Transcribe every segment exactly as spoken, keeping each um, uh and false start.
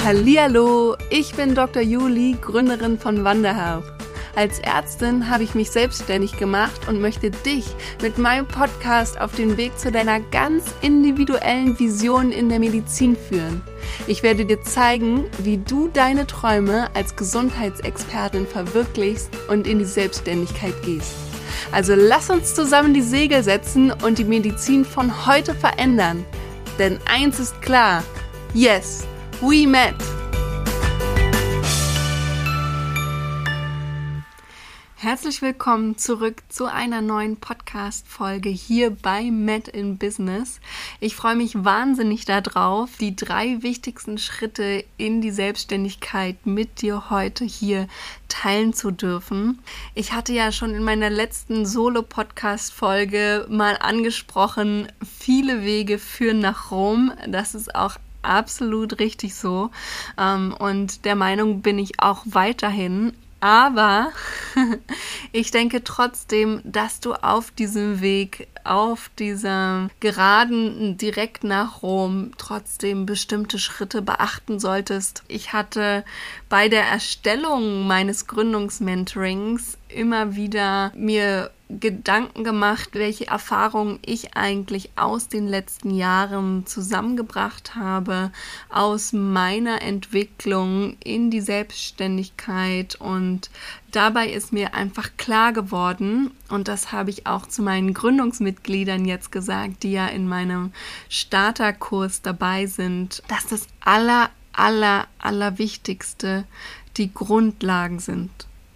Hallihallo, ich bin Doktor Juli, Gründerin von Wanderhealth. Als Ärztin habe ich mich selbstständig gemacht und möchte dich mit meinem Podcast auf den Weg zu deiner ganz individuellen Vision in der Medizin führen. Ich werde dir zeigen, wie du deine Träume als Gesundheitsexpertin verwirklichst und in die Selbstständigkeit gehst. Also lass uns zusammen die Segel setzen und die Medizin von heute verändern. Denn eins ist klar, yes, we met! Herzlich willkommen zurück zu einer neuen Podcast-Folge hier bei Met in Business. Ich freue mich wahnsinnig darauf, die drei wichtigsten Schritte in die Selbstständigkeit mit dir heute hier teilen zu dürfen. Ich hatte ja schon in meiner letzten Solo-Podcast-Folge mal angesprochen, viele Wege führen nach Rom. Das ist auch absolut richtig so. Und der Meinung bin ich auch weiterhin. Aber ich denke trotzdem, dass du auf diesem Weg, auf dieser Geraden direkt nach Rom trotzdem bestimmte Schritte beachten solltest. Ich hatte bei der Erstellung meines Gründungsmentorings immer wieder mir Gedanken gemacht, welche Erfahrungen ich eigentlich aus den letzten Jahren zusammengebracht habe, aus meiner Entwicklung in die Selbstständigkeit, und dabei ist mir einfach klar geworden, und das habe ich auch zu meinen Gründungsmitgliedern jetzt gesagt, die ja in meinem Starterkurs dabei sind, dass das aller, aller, aller Wichtigste die Grundlagen sind.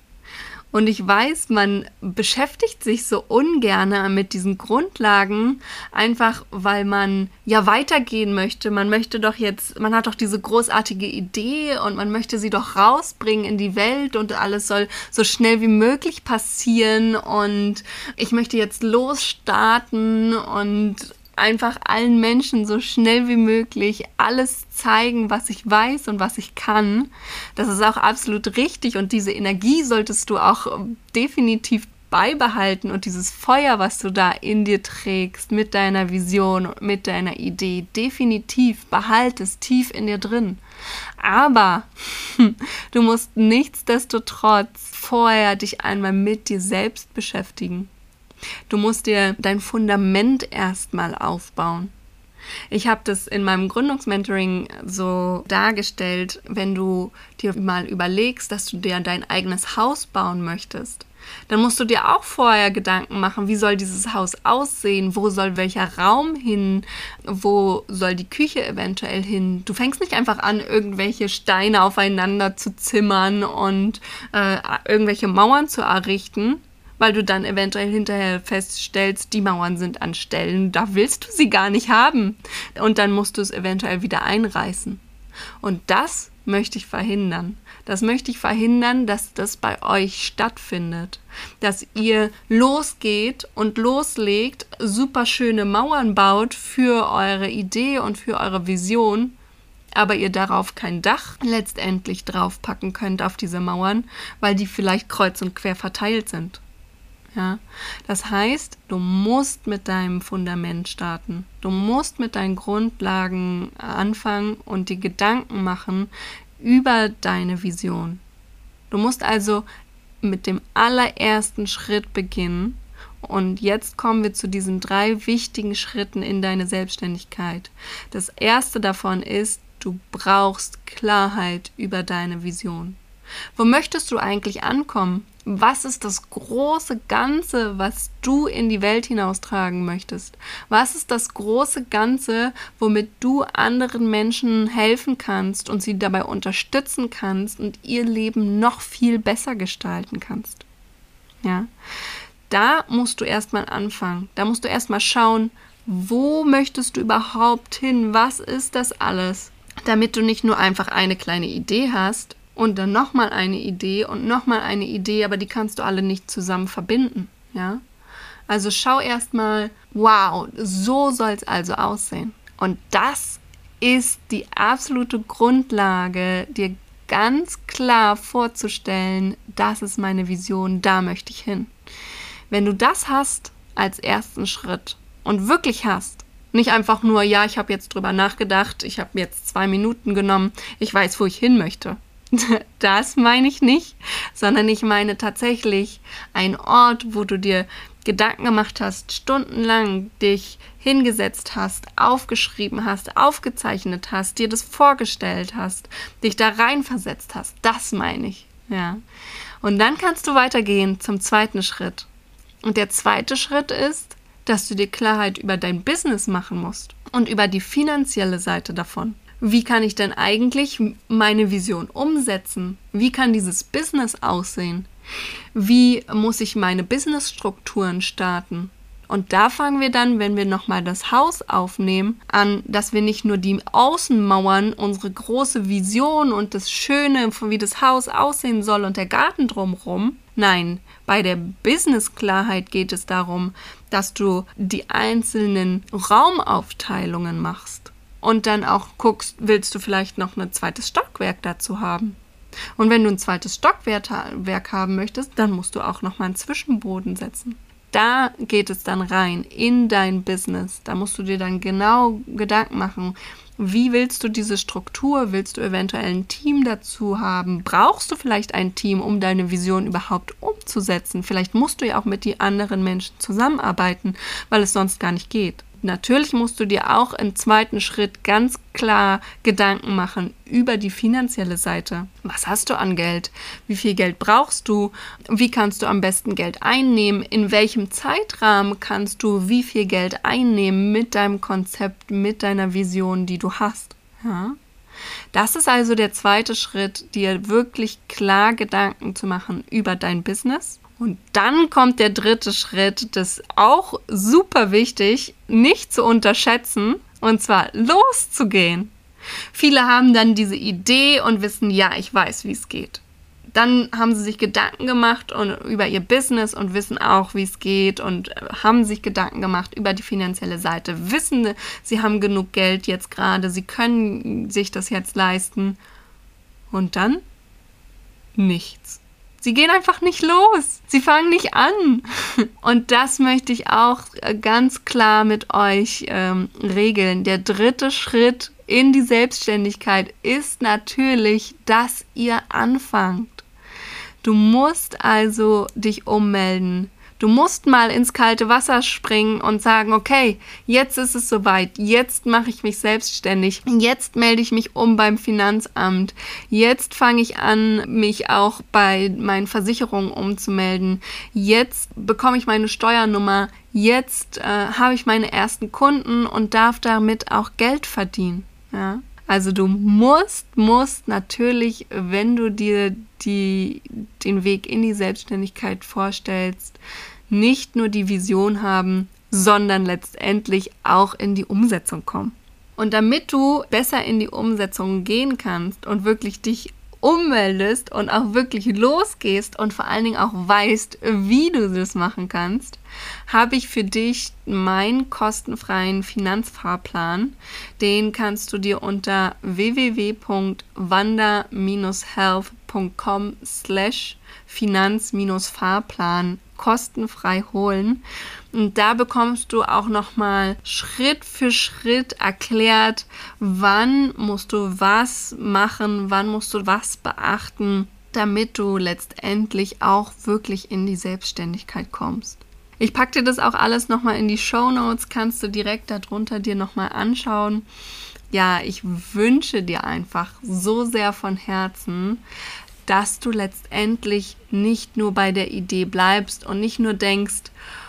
Und ich weiß, man beschäftigt sich so ungern mit diesen Grundlagen, einfach weil man ja weitergehen möchte. Man möchte doch jetzt, man hat doch diese großartige Idee und man möchte sie doch rausbringen in die Welt und alles soll so schnell wie möglich passieren und ich möchte jetzt losstarten und einfach allen Menschen so schnell wie möglich alles zeigen, was ich weiß und was ich kann. Das ist auch absolut richtig und diese Energie solltest du auch definitiv beibehalten und dieses Feuer, was du da in dir trägst, mit deiner Vision und mit deiner Idee, definitiv behalte es tief in dir drin. Aber du musst nichtsdestotrotz vorher dich einmal mit dir selbst beschäftigen. Du musst dir dein Fundament erstmal aufbauen. Ich habe das in meinem Gründungsmentoring so dargestellt, wenn du dir mal überlegst, dass du dir dein eigenes Haus bauen möchtest, dann musst du dir auch vorher Gedanken machen, wie soll dieses Haus aussehen, wo soll welcher Raum hin, wo soll die Küche eventuell hin. Du fängst nicht einfach an, irgendwelche Steine aufeinander zu zimmern und äh, irgendwelche Mauern zu errichten, weil du dann eventuell hinterher feststellst, die Mauern sind an Stellen, da willst du sie gar nicht haben. Und dann musst du es eventuell wieder einreißen. Und das möchte ich verhindern. Das möchte ich verhindern, dass das bei euch stattfindet. Dass ihr losgeht und loslegt, super schöne Mauern baut für eure Idee und für eure Vision, aber ihr darauf kein Dach letztendlich draufpacken könnt auf diese Mauern, weil die vielleicht kreuz und quer verteilt sind. Ja, das heißt, du musst mit deinem Fundament starten. Du musst mit deinen Grundlagen anfangen und die Gedanken machen über deine Vision. Du musst also mit dem allerersten Schritt beginnen. Und jetzt kommen wir zu diesen drei wichtigen Schritten in deine Selbstständigkeit. Das erste davon ist, du brauchst Klarheit über deine Vision. Wo möchtest du eigentlich ankommen? Was ist das große Ganze, was du in die Welt hinaustragen möchtest? Was ist das große Ganze, womit du anderen Menschen helfen kannst und sie dabei unterstützen kannst und ihr Leben noch viel besser gestalten kannst? Ja, da musst du erstmal anfangen. Da musst du erstmal schauen, wo möchtest du überhaupt hin? Was ist das alles? Damit du nicht nur einfach eine kleine Idee hast, und dann nochmal eine Idee und nochmal eine Idee, aber die kannst du alle nicht zusammen verbinden, ja? Also schau erstmal, wow, so soll es also aussehen. Und das ist die absolute Grundlage, dir ganz klar vorzustellen, das ist meine Vision, da möchte ich hin. Wenn du das hast als ersten Schritt und wirklich hast, Nicht einfach nur, ja, ich habe jetzt drüber nachgedacht, ich habe mir jetzt zwei Minuten genommen, ich weiß, wo ich hin möchte. Das meine ich nicht, sondern ich meine tatsächlich einen Ort, wo du dir Gedanken gemacht hast, stundenlang dich hingesetzt hast, aufgeschrieben hast, aufgezeichnet hast, dir das vorgestellt hast, dich da reinversetzt hast. Das meine ich, ja. Und dann kannst du weitergehen zum zweiten Schritt. Und der zweite Schritt ist, dass du dir Klarheit über dein Business machen musst und über die finanzielle Seite davon. Wie kann ich denn eigentlich meine Vision umsetzen? Wie kann dieses Business aussehen? Wie muss ich meine Businessstrukturen starten? Und da fangen wir dann, wenn wir nochmal das Haus aufnehmen, an, dass wir nicht nur die Außenmauern, unsere große Vision und das Schöne, wie das Haus aussehen soll und der Garten drumherum. Nein, bei der Business-Klarheit geht es darum, dass du die einzelnen Raumaufteilungen machst. Und dann auch guckst, willst du vielleicht noch ein zweites Stockwerk dazu haben? Und wenn du ein zweites Stockwerk haben möchtest, dann musst du auch nochmal einen Zwischenboden setzen. Da geht es dann rein in dein Business. Da musst du dir dann genau Gedanken machen, wie willst du diese Struktur? Willst du eventuell ein Team dazu haben? Brauchst du vielleicht ein Team, um deine Vision überhaupt umzusetzen? Vielleicht musst du ja auch mit den anderen Menschen zusammenarbeiten, weil es sonst gar nicht geht. Natürlich musst du dir auch im zweiten Schritt ganz klar Gedanken machen über die finanzielle Seite. Was hast du an Geld? Wie viel Geld brauchst du? Wie kannst du am besten Geld einnehmen? In welchem Zeitrahmen kannst du wie viel Geld einnehmen mit deinem Konzept, mit deiner Vision, die du hast? Ja? Das ist also der zweite Schritt, dir wirklich klar Gedanken zu machen über dein Business. Und dann kommt der dritte Schritt, das ist auch super wichtig, nicht zu unterschätzen, und zwar loszugehen. Viele haben dann diese Idee und wissen, ja, ich weiß, wie es geht. Dann haben sie sich Gedanken gemacht und, über ihr Business und wissen auch, wie es geht und haben sich Gedanken gemacht über die finanzielle Seite, wissen, sie haben genug Geld jetzt gerade, sie können sich das jetzt leisten. Und dann nichts. Sie gehen einfach nicht los. Sie fangen nicht an. Und das möchte ich auch ganz klar mit euch ähm, regeln. Der dritte Schritt in die Selbstständigkeit ist natürlich, dass ihr anfangt. Du musst also dich ummelden. Du musst mal ins kalte Wasser springen und sagen, okay, jetzt ist es soweit, jetzt mache ich mich selbstständig, jetzt melde ich mich um beim Finanzamt, jetzt fange ich an, mich auch bei meinen Versicherungen umzumelden, jetzt bekomme ich meine Steuernummer, jetzt äh, habe ich meine ersten Kunden und darf damit auch Geld verdienen. Ja? Also du musst, musst natürlich, wenn du dir die, den Weg in die Selbstständigkeit vorstellst, nicht nur die Vision haben, sondern letztendlich auch in die Umsetzung kommen. Und damit du besser in die Umsetzung gehen kannst und wirklich dich ummeldest und auch wirklich losgehst und vor allen Dingen auch weißt, wie du das machen kannst, habe ich für dich meinen kostenfreien Finanzfahrplan. Den kannst du dir unter w w w punkt wanda Bindestrich health punkt com slash Finanz-Fahrplan kostenfrei holen. Und da bekommst du auch nochmal Schritt für Schritt erklärt, wann musst du was machen, wann musst du was beachten, damit du letztendlich auch wirklich in die Selbstständigkeit kommst. Ich packe dir das auch alles nochmal in die Shownotes, kannst du direkt darunter dir nochmal anschauen. Ja, ich wünsche dir einfach so sehr von Herzen, dass du letztendlich nicht nur bei der Idee bleibst und nicht nur denkst,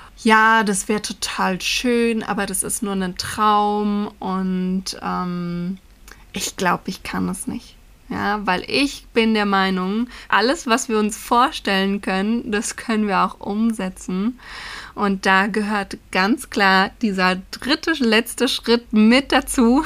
ja, das wäre total schön, aber das ist nur ein Traum und ähm, ich glaube, ich kann es nicht. Ja, weil ich bin der Meinung, alles, was wir uns vorstellen können, das können wir auch umsetzen. Und da gehört ganz klar dieser dritte, letzte Schritt mit dazu.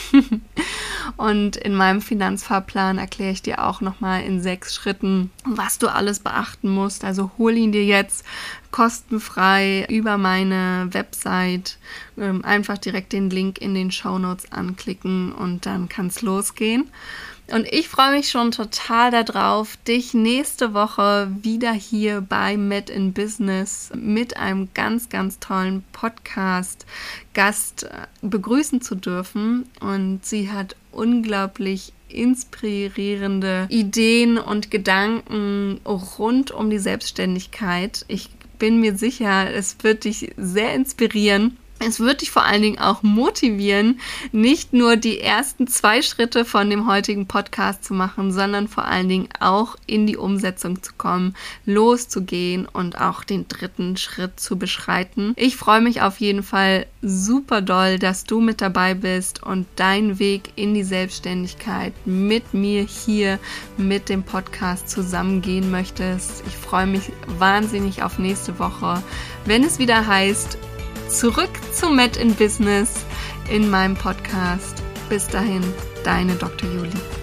Und in meinem Finanzfahrplan erkläre ich dir auch nochmal in sechs Schritten, was du alles beachten musst. Also hol ihn dir jetzt kostenfrei über meine Website. Einfach direkt den Link in den Shownotes anklicken und dann kann es losgehen. Und ich freue mich schon total darauf, dich nächste Woche wieder hier bei Met in Business mit einem ganz, ganz tollen Podcast-Gast begrüßen zu dürfen. Und sie hat unglaublich inspirierende Ideen und Gedanken rund um die Selbstständigkeit. Ich bin mir sicher, es wird dich sehr inspirieren. Es wird dich vor allen Dingen auch motivieren, nicht nur die ersten zwei Schritte von dem heutigen Podcast zu machen, sondern vor allen Dingen auch in die Umsetzung zu kommen, loszugehen und auch den dritten Schritt zu beschreiten. Ich freue mich auf jeden Fall super doll, dass du mit dabei bist und deinen Weg in die Selbstständigkeit mit mir hier mit dem Podcast zusammengehen möchtest. Ich freue mich wahnsinnig auf nächste Woche, wenn es wieder heißt, zurück zu Met in Business in meinem Podcast. Bis dahin, deine Doktor Juli.